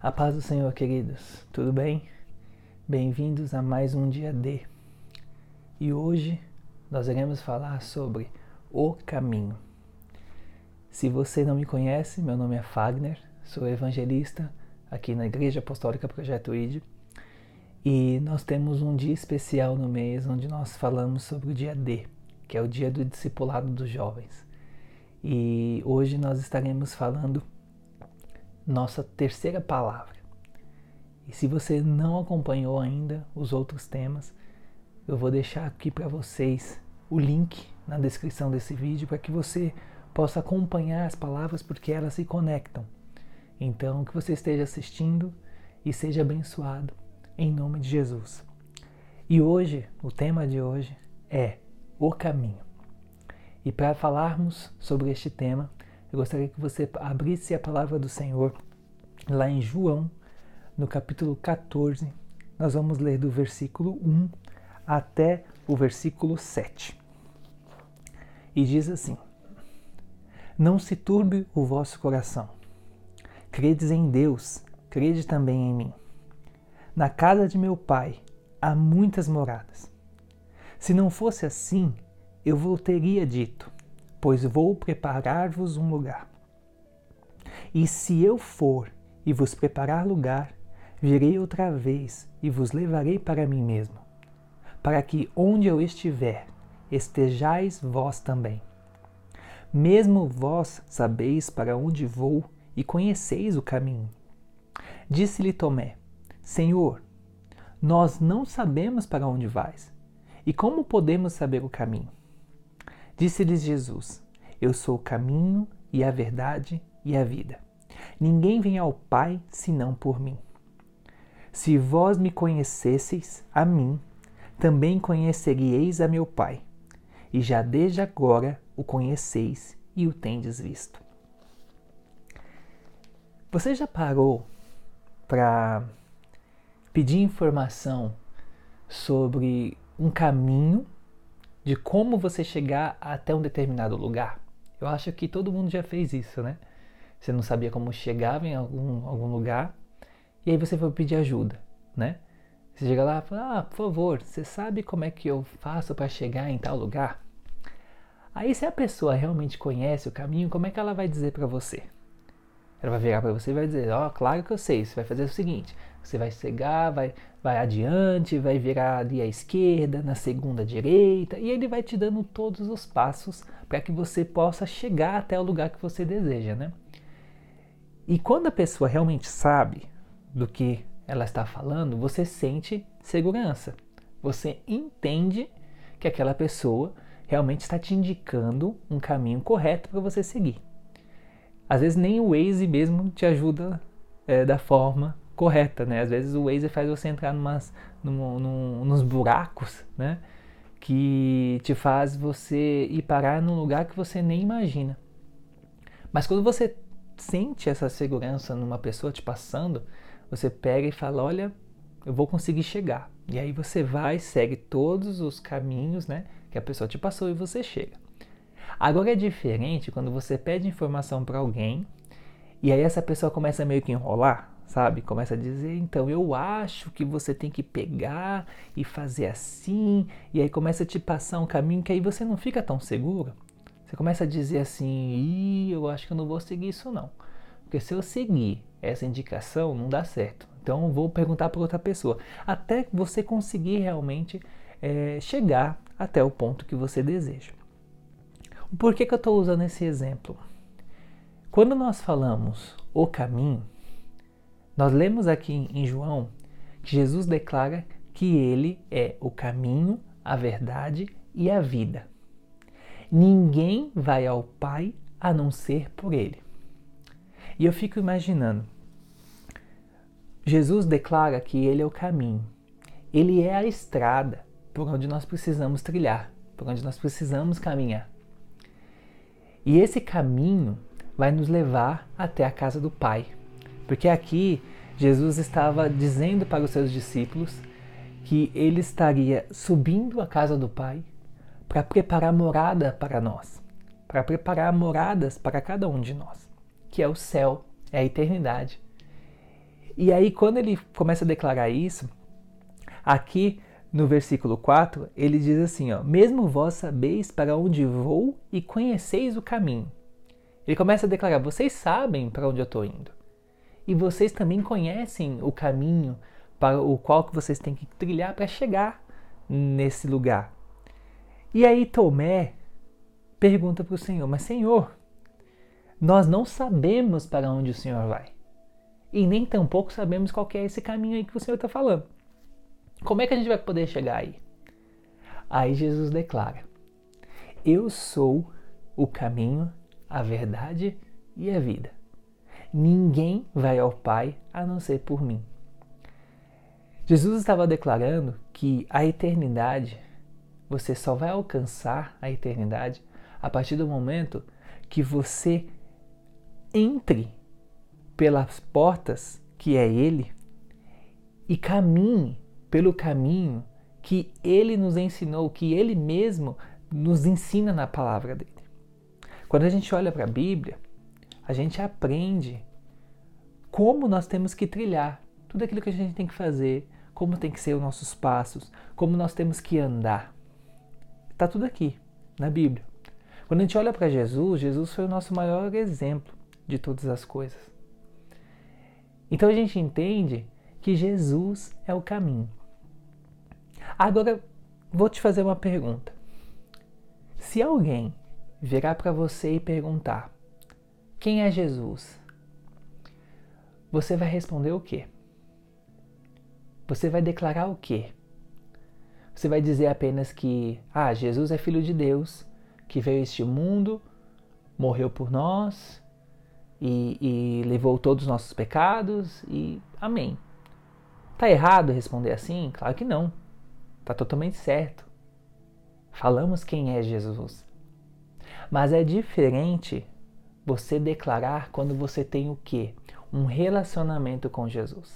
A paz do Senhor, queridos. Tudo bem? Bem-vindos a mais um dia D. E hoje nós iremos falar sobre o caminho. Se você não me conhece, meu nome é Fagner, sou evangelista aqui na Igreja Apostólica Projeto ID. E nós temos um dia especial no mês onde nós falamos sobre o dia D, que é o dia do discipulado dos jovens. E hoje nós estaremos falando nossa terceira palavra. E se você não acompanhou ainda os outros temas, eu vou deixar aqui para vocês o link na descrição desse vídeo para que você possa acompanhar as palavras, porque elas se conectam. Então, que você esteja assistindo e seja abençoado em nome de Jesus. E hoje, o tema de hoje é o caminho. E para falarmos sobre este tema, eu gostaria que você abrisse a palavra do Senhor lá em João, no capítulo 14. Nós vamos ler do versículo 1 até o versículo 7. E diz assim: Não se turbe o vosso coração. Credes em Deus, crede também em mim. Na casa de meu Pai há muitas moradas. Se não fosse assim, eu vos teria dito, pois vou preparar-vos um lugar. E se eu for e vos preparar lugar, virei outra vez e vos levarei para mim mesmo, para que onde eu estiver, estejais vós também. Mesmo vós sabeis para onde vou e conheceis o caminho. Disse-lhe Tomé: Senhor, nós não sabemos para onde vais, e como podemos saber o caminho? Disse-lhes Jesus: Eu sou o caminho e a verdade e a vida. Ninguém vem ao Pai senão por mim. Se vós me conhecesseis a mim, também conheceríeis a meu Pai, e já desde agora o conheceis e o tendes visto. Você já parou para pedir informação sobre um caminho de como você chegar até um determinado lugar? Eu acho que todo mundo já fez isso, né? Você não sabia como chegava em algum lugar e aí você foi pedir ajuda, né? Você chega lá e fala: por favor, você sabe como é que eu faço para chegar em tal lugar? Aí se a pessoa realmente conhece o caminho, como é que ela vai dizer para você? Ela vai virar para você e vai dizer: claro que eu sei, você vai fazer o seguinte, você vai chegar, vai adiante, vai virar ali à esquerda, na segunda à direita, e ele vai te dando todos os passos para que você possa chegar até o lugar que você deseja, né? E quando a pessoa realmente sabe do que ela está falando, você sente segurança. Você entende que aquela pessoa realmente está te indicando um caminho correto para você seguir. Às vezes nem o Waze mesmo te ajuda da forma correta, né? Às vezes o Waze faz você entrar nos buracos, né? Que te faz você ir parar num lugar que você nem imagina. Mas quando você sente essa segurança numa pessoa te passando, você pega e fala: olha, eu vou conseguir chegar. E aí você vai, segue todos os caminhos, né, que a pessoa te passou e você chega. Agora é diferente quando você pede informação para alguém e aí essa pessoa começa meio que enrolar, sabe? Começa a dizer: então eu acho que você tem que pegar e fazer assim, e aí começa a te passar um caminho que aí você não fica tão seguro. Você começa a dizer assim: eu acho que eu não vou seguir isso não, porque se eu seguir essa indicação não dá certo, então eu vou perguntar para outra pessoa, até você conseguir realmente chegar até o ponto que você deseja. Por que eu estou usando esse exemplo? Quando nós falamos o caminho, nós lemos aqui em João que Jesus declara que ele é o caminho, a verdade e a vida. Ninguém vai ao Pai a não ser por ele. E eu fico imaginando, Jesus declara que ele é o caminho, ele é a estrada por onde nós precisamos trilhar, por onde nós precisamos caminhar. E esse caminho vai nos levar até a casa do Pai. Porque aqui Jesus estava dizendo para os seus discípulos que ele estaria subindo à casa do Pai para preparar morada para nós, para preparar moradas para cada um de nós, que é o céu, é a eternidade. E aí, quando ele começa a declarar isso, aqui no versículo 4, ele diz assim, ó, mesmo vós sabeis para onde vou e conheceis o caminho. Ele começa a declarar, vocês sabem para onde eu estou indo. E vocês também conhecem o caminho para o qual que vocês têm que trilhar para chegar nesse lugar. E aí Tomé pergunta para o Senhor, mas Senhor, nós não sabemos para onde o Senhor vai. E nem tampouco sabemos qual que é esse caminho aí que o Senhor está falando. Como é que a gente vai poder chegar aí? Aí Jesus declara, eu sou o caminho, a verdade e a vida. Ninguém vai ao Pai a não ser por mim. Jesus estava declarando que a eternidade, você só vai alcançar a eternidade a partir do momento que você entre pelas portas que é Ele e caminhe pelo caminho que Ele nos ensinou, que Ele mesmo nos ensina na palavra dele. Quando a gente olha para a Bíblia, a gente aprende como nós temos que trilhar tudo aquilo que a gente tem que fazer, como tem que ser os nossos passos, como nós temos que andar. Está tudo aqui, na Bíblia. Quando a gente olha para Jesus, Jesus foi o nosso maior exemplo de todas as coisas. Então a gente entende que Jesus é o caminho. Agora, vou te fazer uma pergunta. Se alguém virar para você e perguntar, quem é Jesus? Você vai responder o quê? Você vai declarar o quê? Você vai dizer apenas que, Jesus é Filho de Deus, que veio a este mundo, morreu por nós e levou todos os nossos pecados e amém. Tá errado responder assim? Claro que não. Tá totalmente certo. Falamos quem é Jesus. Mas é diferente você declarar quando você tem o quê? Um relacionamento com Jesus.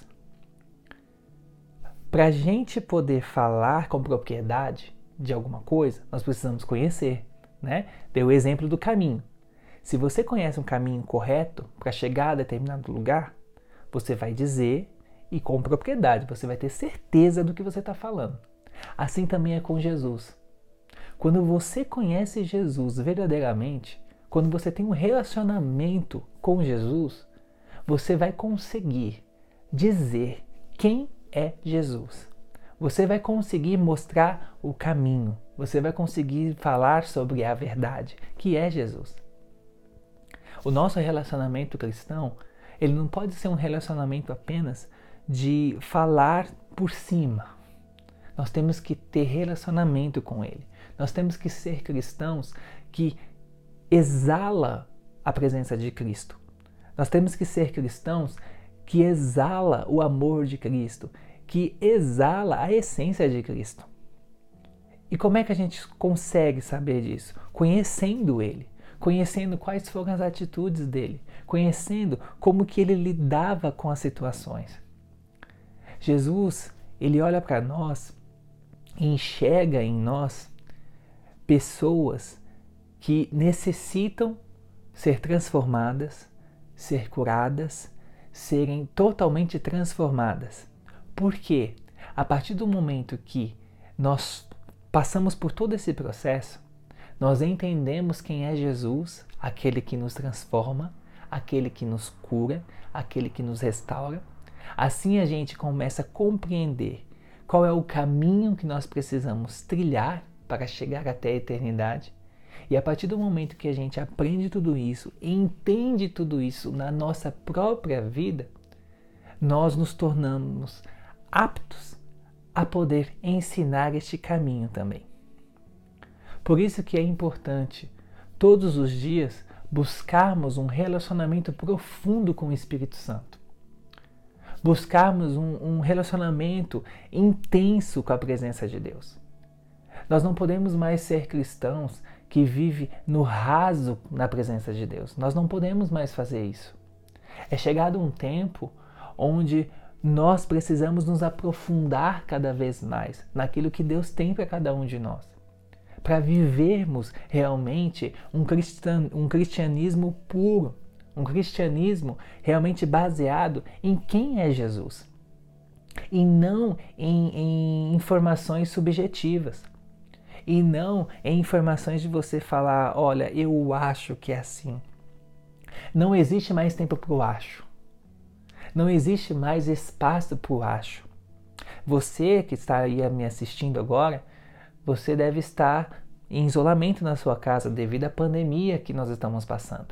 Para a gente poder falar com propriedade de alguma coisa, nós precisamos conhecer, né? Deu o exemplo do caminho. Se você conhece um caminho correto para chegar a determinado lugar, você vai dizer e com propriedade, você vai ter certeza do que você está falando. Assim também é com Jesus. Quando você conhece Jesus verdadeiramente, quando você tem um relacionamento com Jesus, você vai conseguir dizer quem é Jesus. Você vai conseguir mostrar o caminho. Você vai conseguir falar sobre a verdade, que é Jesus. O nosso relacionamento cristão, ele não pode ser um relacionamento apenas de falar por cima. Nós temos que ter relacionamento com Ele. Nós temos que ser cristãos que exala a presença de Cristo. Nós temos que ser cristãos que exala o amor de Cristo, que exala a essência de Cristo. E como é que a gente consegue saber disso? Conhecendo Ele, conhecendo quais foram as atitudes dele, conhecendo como que ele lidava com as situações. Jesus, ele olha para nós e enxerga em nós pessoas que necessitam ser transformadas, ser curadas, serem totalmente transformadas. Por quê? A partir do momento que nós passamos por todo esse processo, nós entendemos quem é Jesus, aquele que nos transforma, aquele que nos cura, aquele que nos restaura. Assim a gente começa a compreender qual é o caminho que nós precisamos trilhar para chegar até a eternidade. E a partir do momento que a gente aprende tudo isso, entende tudo isso na nossa própria vida, nós nos tornamos aptos a poder ensinar este caminho também. Por isso que é importante, todos os dias, buscarmos um relacionamento profundo com o Espírito Santo. Buscarmos um relacionamento intenso com a presença de Deus. Nós não podemos mais ser cristãos que vivem no raso na presença de Deus. Nós não podemos mais fazer isso. É chegado um tempo onde nós precisamos nos aprofundar cada vez mais naquilo que Deus tem para cada um de nós, para vivermos realmente um cristianismo puro, Um cristianismo realmente baseado em quem é Jesus. E não em informações subjetivas. E não em informações de você falar, olha, eu acho que é assim. Não existe mais tempo para o acho. Não existe mais espaço para o acho. Você que está aí me assistindo agora, você deve estar em isolamento na sua casa devido à pandemia que nós estamos passando.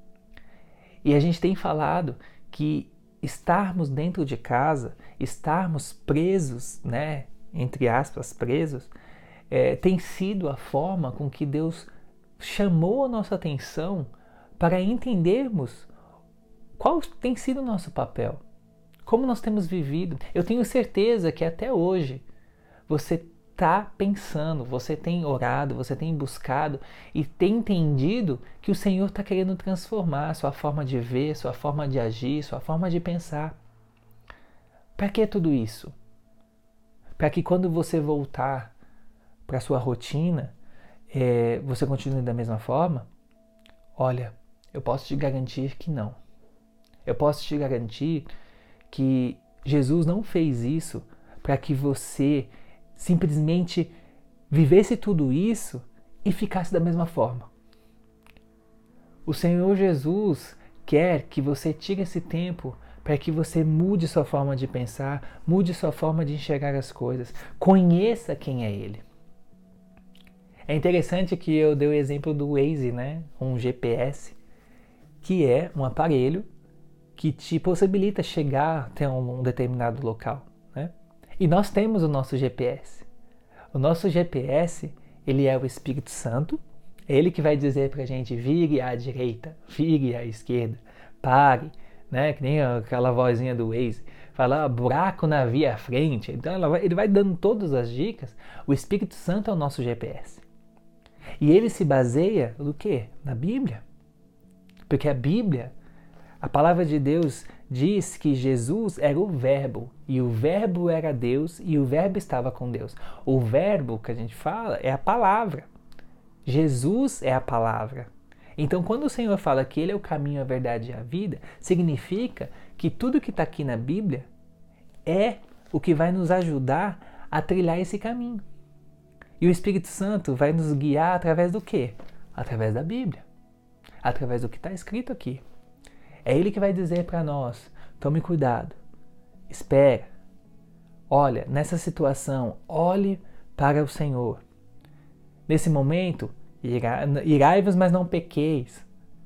E a gente tem falado que estarmos dentro de casa, estarmos presos, né, entre aspas, presos, tem sido a forma com que Deus chamou a nossa atenção para entendermos qual tem sido o nosso papel, como nós temos vivido. Eu tenho certeza que até hoje você está pensando, você tem orado, você tem buscado e tem entendido que o Senhor está querendo transformar a sua forma de ver, sua forma de agir, sua forma de pensar. Para que tudo isso? Para que quando você voltar para a sua rotina, você continue da mesma forma? Olha, eu posso te garantir que não. Eu posso te garantir que Jesus não fez isso para que você simplesmente vivesse tudo isso e ficasse da mesma forma. O Senhor Jesus quer que você tire esse tempo para que você mude sua forma de pensar, mude sua forma de enxergar as coisas, conheça quem é Ele. É interessante que eu dei o exemplo do Waze, né? Um GPS, que é um aparelho que te possibilita chegar até um determinado local, né? E nós temos o nosso GPS. O nosso GPS, ele é o Espírito Santo, é ele que vai dizer pra gente, vire à direita, vire à esquerda, pare, né? Que nem aquela vozinha do Waze, fala, buraco na via à frente. Então ele vai dando todas as dicas. O Espírito Santo é o nosso GPS. E ele se baseia no quê? Na Bíblia. Porque a Bíblia, a palavra de Deus diz que Jesus era o Verbo, e o Verbo era Deus, e o Verbo estava com Deus. O Verbo que a gente fala é a palavra. Jesus é a palavra. Então, quando o Senhor fala que Ele é o caminho, a verdade e a vida, significa que tudo que está aqui na Bíblia é o que vai nos ajudar a trilhar esse caminho. E o Espírito Santo vai nos guiar através do quê? Através da Bíblia. Através do que está escrito aqui. É Ele que vai dizer para nós, tome cuidado, espera, olha, nessa situação, olhe para o Senhor. Nesse momento, irai-vos, mas não pequeis.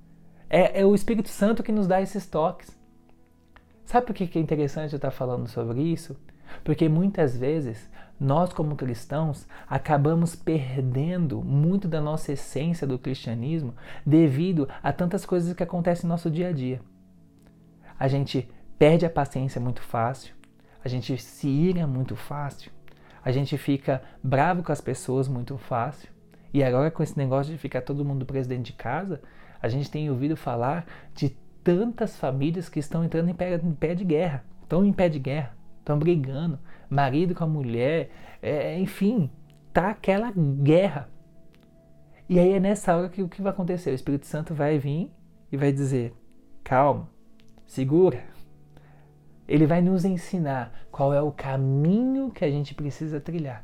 É o Espírito Santo que nos dá esses toques. Sabe por que é interessante eu estar falando sobre isso? Porque muitas vezes, nós como cristãos, acabamos perdendo muito da nossa essência do cristianismo devido a tantas coisas que acontecem no nosso dia a dia. A gente perde a paciência muito fácil, a gente se ira muito fácil, a gente fica bravo com as pessoas muito fácil. E agora com esse negócio de ficar todo mundo preso dentro de casa, a gente tem ouvido falar de tantas famílias que estão entrando em pé de guerra, estão em pé de guerra, estão brigando, marido com a mulher, enfim, tá aquela guerra. E aí é nessa hora que o que vai acontecer? O Espírito Santo vai vir e vai dizer, calma, segura. Ele vai nos ensinar qual é o caminho que a gente precisa trilhar.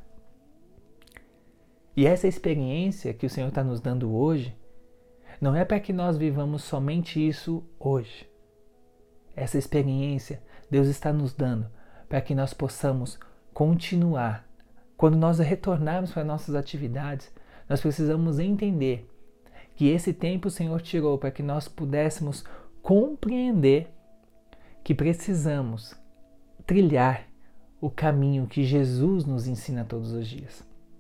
E essa experiência que o Senhor está nos dando hoje, não é para que nós vivamos somente isso hoje. Essa experiência Deus está nos dando para que nós possamos continuar. Quando nós retornarmos para nossas atividades, nós precisamos entender que esse tempo o Senhor tirou para que nós pudéssemos compreender que precisamos trilhar o caminho que Jesus nos ensina todos os dias.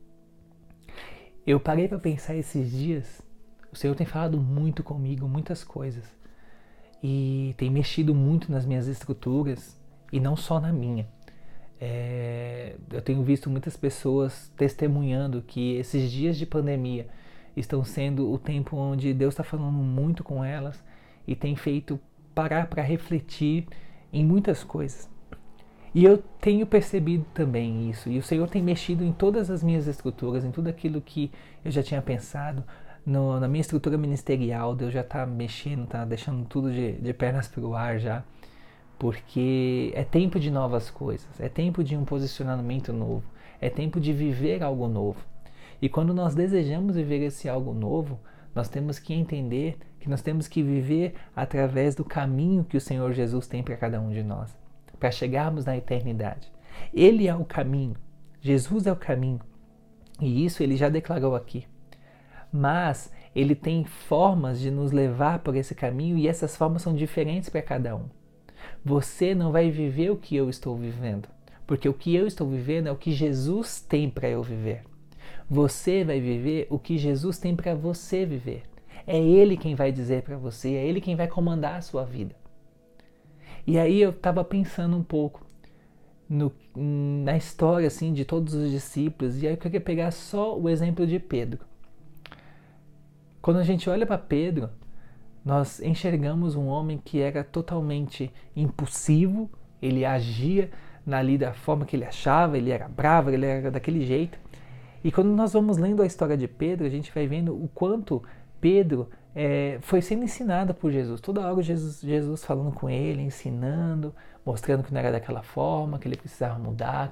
Eu parei para pensar esses dias, o Senhor tem falado muito comigo, muitas coisas, e tem mexido muito nas minhas estruturas, e não só na minha. Eu tenho visto muitas pessoas testemunhando que esses dias de pandemia estão sendo o tempo onde Deus está falando muito com elas e tem feito parar para refletir em muitas coisas. E eu tenho percebido também isso, e o Senhor tem mexido em todas as minhas estruturas, em tudo aquilo que eu já tinha pensado, na minha estrutura ministerial, Deus já está mexendo, está deixando tudo de pernas para o ar já, porque é tempo de novas coisas, é tempo de um posicionamento novo, é tempo de viver algo novo. E quando nós desejamos viver esse algo novo, nós temos que entender que nós temos que viver através do caminho que o Senhor Jesus tem para cada um de nós, para chegarmos na eternidade. Ele é o caminho, Jesus é o caminho, e isso ele já declarou aqui. Mas ele tem formas de nos levar por esse caminho e essas formas são diferentes para cada um. Você não vai viver o que eu estou vivendo, porque o que eu estou vivendo é o que Jesus tem para eu viver. Você vai viver o que Jesus tem para você viver. É Ele quem vai dizer para você, é Ele quem vai comandar a sua vida. E aí eu estava pensando um pouco na história assim, de todos os discípulos, e aí eu queria pegar só o exemplo de Pedro. Quando a gente olha para Pedro, nós enxergamos um homem que era totalmente impulsivo, ele agia ali da forma que ele achava, ele era bravo, ele era daquele jeito. E quando nós vamos lendo a história de Pedro, a gente vai vendo o quanto Pedro foi sendo ensinado por Jesus. Toda hora Jesus falando com ele, ensinando, mostrando que não era daquela forma, que ele precisava mudar,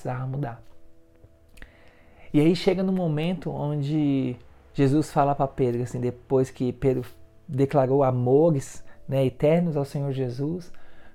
E aí chega no momento onde Jesus fala para Pedro, assim, depois que Pedro declarou amores, né, eternos ao Senhor Jesus,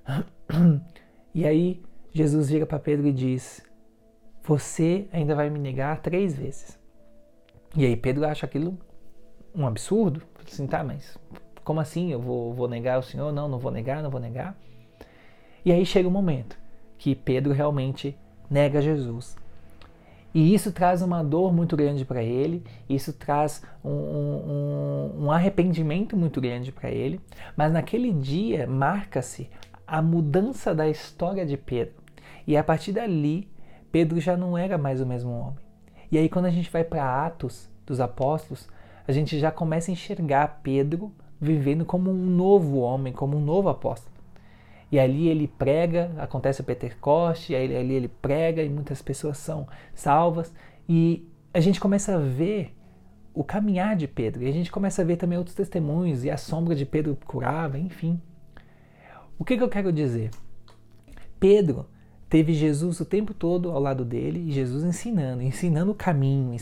e aí Jesus vira para Pedro e diz: você ainda vai me negar 3 vezes. E aí Pedro acha aquilo um absurdo. Assim, tá, mas como assim? Eu vou negar o Senhor? Não vou negar. E aí chega o momento que Pedro realmente nega Jesus. E isso traz uma dor muito grande para ele, isso traz um arrependimento muito grande para ele, mas naquele dia marca-se a mudança da história de Pedro. E a partir dali, Pedro já não era mais o mesmo homem. E aí quando a gente vai para Atos dos Apóstolos, a gente já começa a enxergar Pedro vivendo como um novo homem, como um novo apóstolo. E ali ele prega, acontece o Pentecoste, ali ele prega e muitas pessoas são salvas. E a gente começa a ver o caminhar de Pedro. E a gente começa a ver também outros testemunhos e a sombra de Pedro curava, enfim. O que eu quero dizer? Pedro teve Jesus o tempo todo ao lado dele e Jesus ensinando o caminho.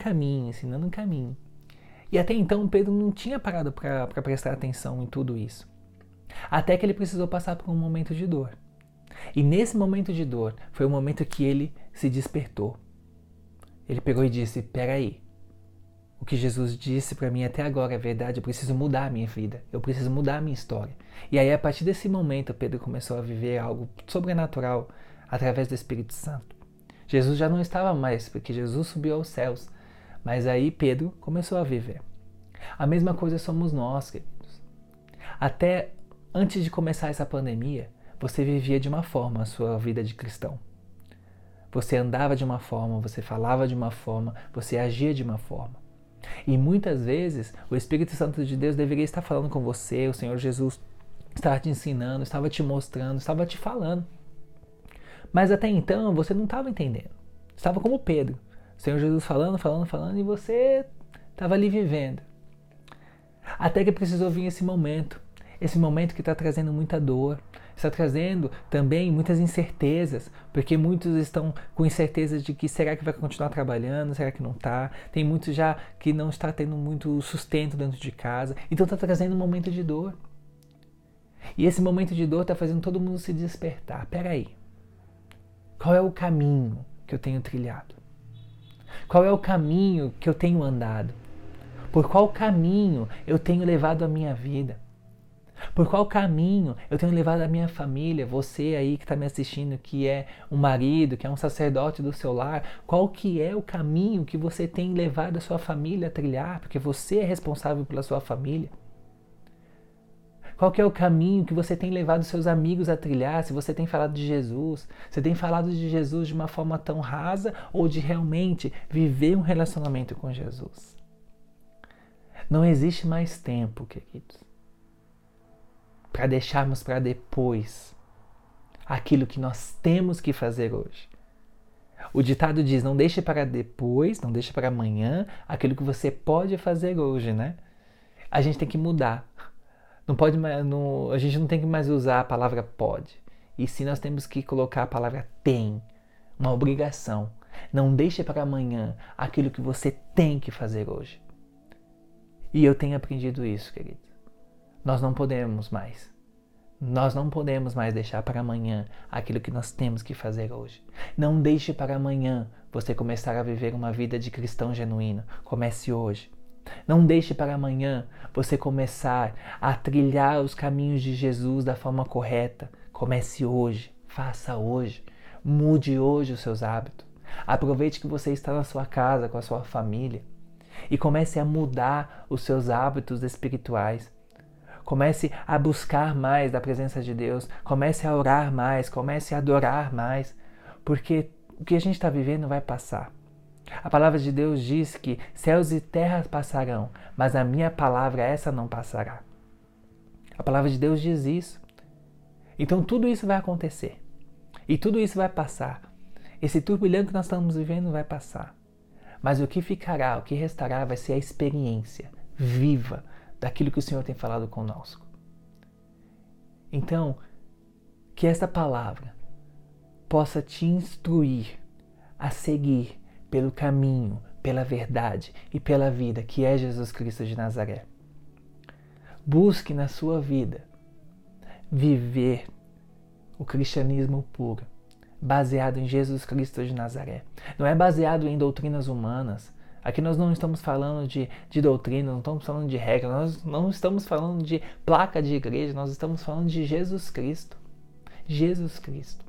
E até então Pedro não tinha parado para prestar atenção em tudo isso. Até que ele precisou passar por um momento de dor. E nesse momento de dor, foi o momento que ele se despertou. Ele pegou e disse: peraí, o que Jesus disse para mim até agora é verdade, eu preciso mudar a minha vida, eu preciso mudar a minha história. E aí a partir desse momento, Pedro começou a viver algo sobrenatural através do Espírito Santo. Jesus já não estava mais, porque Jesus subiu aos céus. Mas aí Pedro começou a viver. A mesma coisa somos nós, queridos. Até antes de começar essa pandemia, você vivia de uma forma a sua vida de cristão. Você andava de uma forma, você falava de uma forma, você agia de uma forma. E muitas vezes o Espírito Santo de Deus deveria estar falando com você, o Senhor Jesus estava te ensinando, estava te mostrando, estava te falando. Mas até então você não estava entendendo. Estava como Pedro. O Senhor Jesus falando e você estava ali vivendo. Até que precisou vir esse momento que está trazendo muita dor, está trazendo também muitas incertezas, porque muitos estão com incertezas de que será que vai continuar trabalhando, será que não está, tem muitos já que não está tendo muito sustento dentro de casa, então está trazendo um momento de dor. E esse momento de dor está fazendo todo mundo se despertar. Peraí, qual é o caminho que eu tenho trilhado? Qual é o caminho que eu tenho andado? Por qual caminho eu tenho levado a minha vida? Por qual caminho eu tenho levado a minha família? Você aí que está me assistindo, que é um marido, que é um sacerdote do seu lar, qual que é o caminho que você tem levado a sua família a trilhar? Porque você é responsável pela sua família. Qual que é o caminho que você tem levado seus amigos a trilhar? Se você tem falado de Jesus, você tem falado de Jesus de uma forma tão rasa ou de realmente viver um relacionamento com Jesus? Não existe mais tempo, queridos, para deixarmos para depois aquilo que nós temos que fazer hoje. O ditado diz, não deixe para depois, não deixe para amanhã aquilo que você pode fazer hoje, né? A gente tem que mudar. Não pode, a gente não tem que mais usar a palavra pode. E sim nós temos que colocar a palavra tem, uma obrigação. Não deixe para amanhã aquilo que você tem que fazer hoje. E eu tenho aprendido isso, querido. Nós não podemos mais. Nós não podemos mais deixar para amanhã aquilo que nós temos que fazer hoje. Não deixe para amanhã você começar a viver uma vida de cristão genuíno. Comece hoje. Não deixe para amanhã você começar a trilhar os caminhos de Jesus da forma correta. Comece hoje. Faça hoje. Mude hoje os seus hábitos. Aproveite que você está na sua casa com a sua família e comece a mudar os seus hábitos espirituais. Comece a buscar mais da presença de Deus, comece a orar mais, comece a adorar mais, porque o que a gente está vivendo vai passar. A palavra de Deus diz que céus e terras passarão, mas a minha palavra, essa não passará. A palavra de Deus diz isso. Então tudo isso vai acontecer. E tudo isso vai passar. Esse turbilhão que nós estamos vivendo vai passar. Mas o que ficará, o que restará vai ser a experiência viva daquilo que o Senhor tem falado conosco. Então, que esta palavra possa te instruir a seguir pelo caminho, pela verdade e pela vida que é Jesus Cristo de Nazaré. Busque na sua vida viver o cristianismo puro, baseado em Jesus Cristo de Nazaré. Não é baseado em doutrinas humanas. Aqui nós não estamos falando de doutrina, não estamos falando de regra, nós não estamos falando de placa de igreja, nós estamos falando de Jesus Cristo. Jesus Cristo.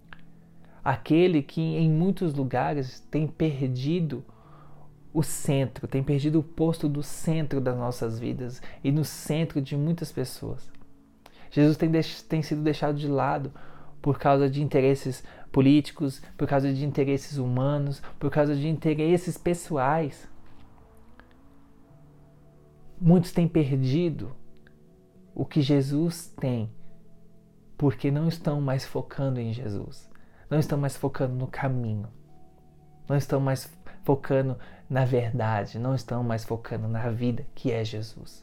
Aquele que em muitos lugares tem perdido o centro, tem perdido o posto do centro das nossas vidas e no centro de muitas pessoas. Jesus tem sido deixado de lado por causa de interesses políticos, por causa de interesses humanos, por causa de interesses pessoais. Muitos têm perdido o que Jesus tem, porque não estão mais focando em Jesus, não estão mais focando no caminho, não estão mais focando na verdade, não estão mais focando na vida que é Jesus.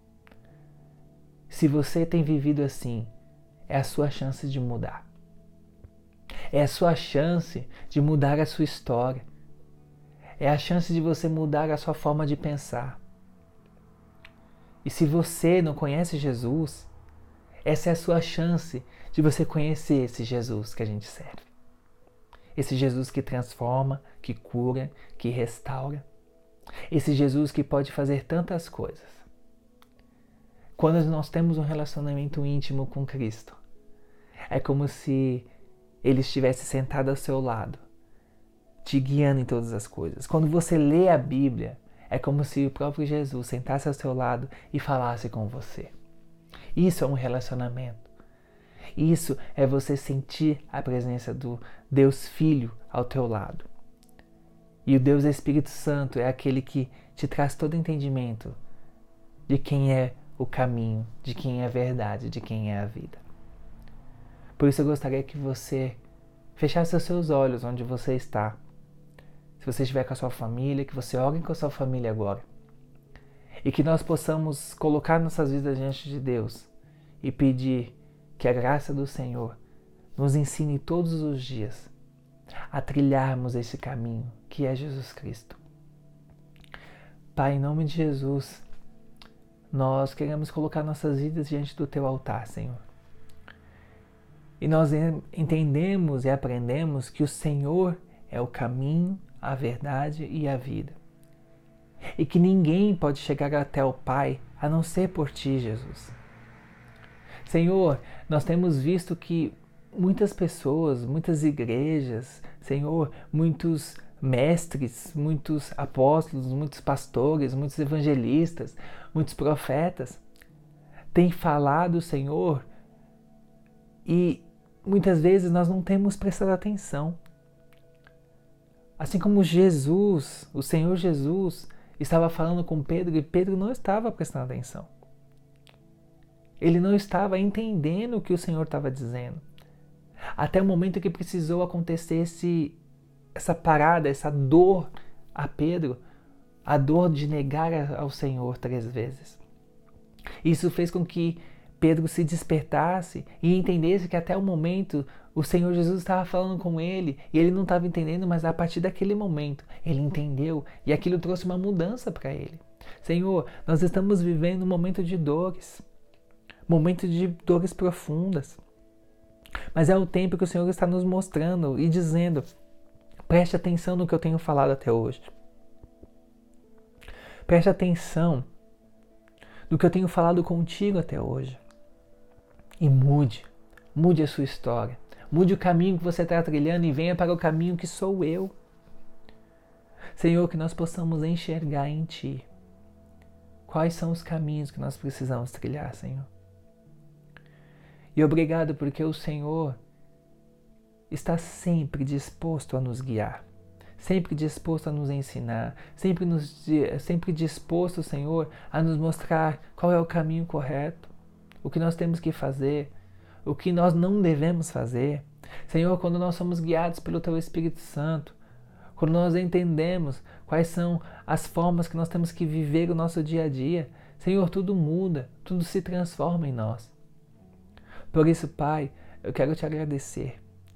Se você tem vivido assim, é a sua chance de mudar. É a sua chance de mudar a sua história. É a chance de você mudar a sua forma de pensar. E se você não conhece Jesus, essa é a sua chance de você conhecer esse Jesus que a gente serve. Esse Jesus que transforma, que cura, que restaura. Esse Jesus que pode fazer tantas coisas. Quando nós temos um relacionamento íntimo com Cristo, é como se Ele estivesse sentado ao seu lado, te guiando em todas as coisas. Quando você lê a Bíblia, é como se o próprio Jesus sentasse ao seu lado e falasse com você. Isso é um relacionamento. Isso é você sentir a presença do Deus Filho ao teu lado. E o Deus Espírito Santo é aquele que te traz todo entendimento de quem é o caminho, de quem é a verdade, de quem é a vida. Por isso eu gostaria que você fechasse os seus olhos onde você está. Se você estiver com a sua família, que você ore com a sua família agora. E que nós possamos colocar nossas vidas diante de Deus e pedir que a graça do Senhor nos ensine todos os dias a trilharmos esse caminho que é Jesus Cristo. Pai, em nome de Jesus, nós queremos colocar nossas vidas diante do Teu altar, Senhor. E nós entendemos e aprendemos que o Senhor é o caminho, a verdade e a vida. E que ninguém pode chegar até o Pai a não ser por Ti, Jesus. Senhor, nós temos visto que muitas pessoas, muitas igrejas, Senhor, muitos mestres, muitos apóstolos, muitos pastores, muitos evangelistas, muitos profetas têm falado, Senhor, e muitas vezes nós não temos prestado atenção. Assim como Jesus, o Senhor Jesus, estava falando com Pedro e Pedro não estava prestando atenção. Ele não estava entendendo o que o Senhor estava dizendo. Até o momento que precisou acontecer essa parada, essa dor a Pedro, a dor de negar ao Senhor 3 vezes. Isso fez com que Pedro se despertasse e entendesse que até o momento o Senhor Jesus estava falando com ele e ele não estava entendendo, mas a partir daquele momento ele entendeu e aquilo trouxe uma mudança para ele. Senhor, nós estamos vivendo um momento de dores profundas, mas é o tempo que o Senhor está nos mostrando e dizendo: preste atenção no que eu tenho falado até hoje. Preste atenção no que eu tenho falado contigo até hoje. E mude a sua história. Mude o caminho que você está trilhando e venha para o caminho que sou eu. Senhor, que nós possamos enxergar em Ti quais são os caminhos que nós precisamos trilhar, Senhor. E obrigado porque o Senhor está sempre disposto a nos guiar, sempre disposto a nos ensinar, sempre disposto, Senhor, a nos mostrar qual é o caminho correto, o que nós temos que fazer, o que nós não devemos fazer. Senhor, quando nós somos guiados pelo Teu Espírito Santo, quando nós entendemos quais são as formas que nós temos que viver o nosso dia a dia, Senhor, tudo muda, tudo se transforma em nós. Por isso, Pai, eu quero Te agradecer,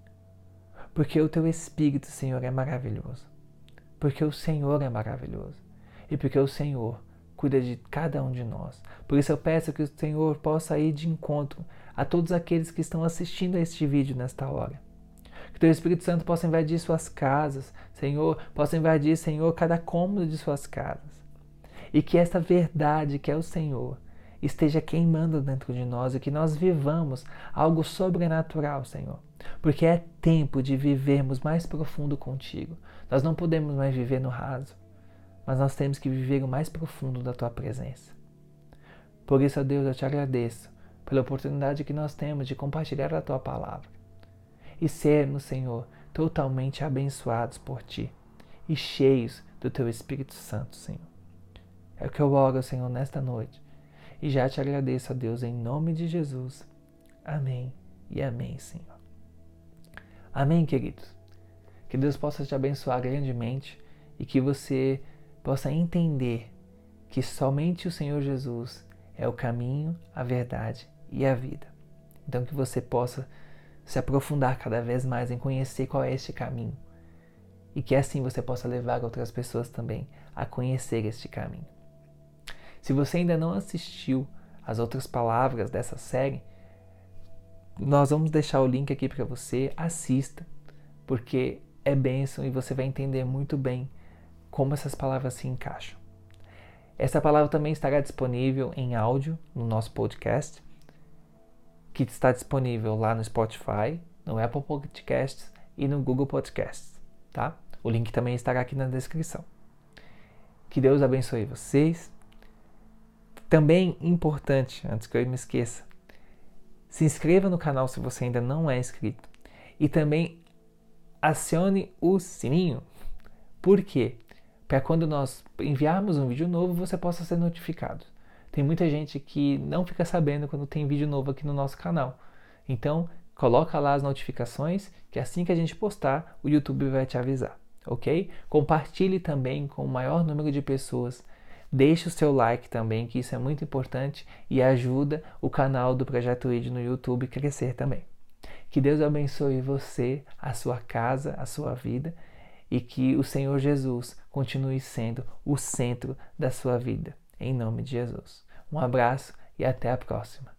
porque o Teu Espírito, Senhor, é maravilhoso, porque o Senhor é maravilhoso e porque o Senhor cuida de cada um de nós. Por isso eu peço que o Senhor possa ir de encontro a todos aqueles que estão assistindo a este vídeo nesta hora. Que o Teu Espírito Santo possa invadir suas casas, Senhor, possa invadir, Senhor, cada cômodo de suas casas. E que essa verdade que é o Senhor esteja queimando dentro de nós e que nós vivamos algo sobrenatural, Senhor. Porque é tempo de vivermos mais profundo contigo. Nós não podemos mais viver no raso, mas nós temos que viver o mais profundo da Tua presença. Por isso, ó Deus, eu Te agradeço pela oportunidade que nós temos de compartilhar a Tua palavra e sermos, Senhor, totalmente abençoados por Ti e cheios do Teu Espírito Santo, Senhor. É o que eu oro, Senhor, nesta noite. E já Te agradeço, ó Deus, em nome de Jesus. Amém e amém, Senhor. Amém, queridos. Que Deus possa te abençoar grandemente e que você possa entender que somente o Senhor Jesus é o caminho, a verdade e a vida. Então que você possa se aprofundar cada vez mais em conhecer qual é este caminho e que assim você possa levar outras pessoas também a conhecer este caminho. Se você ainda não assistiu às outras palavras dessa série, nós vamos deixar o link aqui para você, assista, porque é bênção e você vai entender muito bem como essas palavras se encaixam. Essa palavra também estará disponível em áudio no nosso podcast, que está disponível lá no Spotify, no Apple Podcasts e no Google Podcasts, tá? O link também estará aqui na descrição. Que Deus abençoe vocês. Também importante, antes que eu me esqueça, se inscreva no canal se você ainda não é inscrito e também acione o sininho. Por quê? Para quando nós enviarmos um vídeo novo, você possa ser notificado. Tem muita gente que não fica sabendo quando tem vídeo novo aqui no nosso canal. Então, coloca lá as notificações, que assim que a gente postar, o YouTube vai te avisar, ok? Compartilhe também com o maior número de pessoas. Deixe o seu like também, que isso é muito importante e ajuda o canal do Projeto ID no YouTube a crescer também. Que Deus abençoe você, a sua casa, a sua vida e que o Senhor Jesus continue sendo o centro da sua vida. Em nome de Jesus. Um abraço e até a próxima.